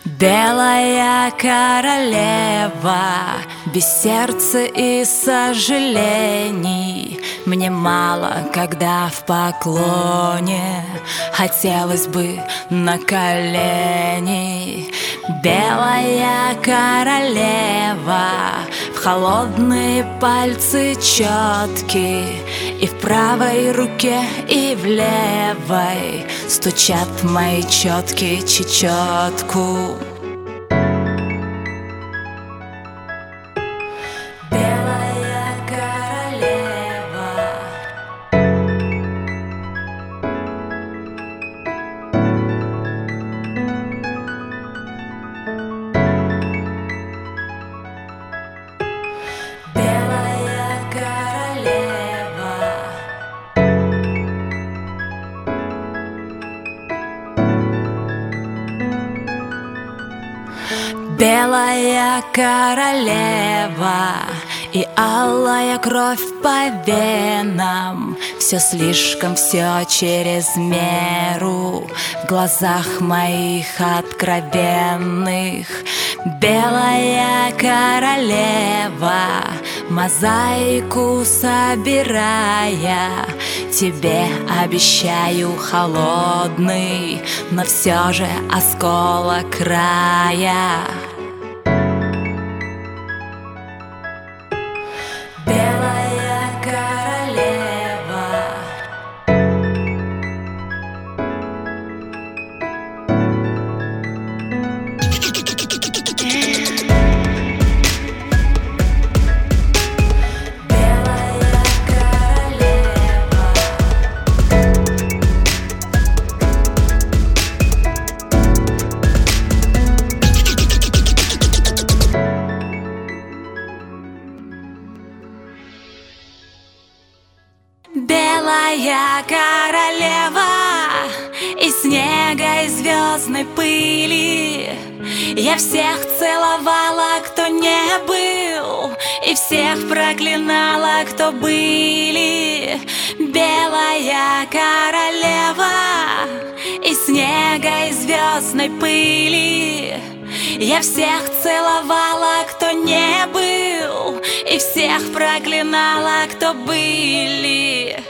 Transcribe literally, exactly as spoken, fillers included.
Белая королева, без сердца и сожалений. Мне мало, когда в поклоне, хотелось бы на колени. Белая королева, в холодные пальцы четки, и в правой руке, и в левой стучат мои четки чечетку. Белая королева, белая королева, белая королева, и алая кровь по венам. Все слишком, все через меру в глазах моих откровенных. Белая королева, мозаику собирая, тебе обещаю холодный, но все же осколок края. Белая королева, белая королева, белая королева, из снега и звездной пыли. Я всех целовала, кто не был, и всех проклинала, кто были. Белая королева, из снега и звездной пыли. Я всех целовала, кто не был, и всех проклинала, кто были.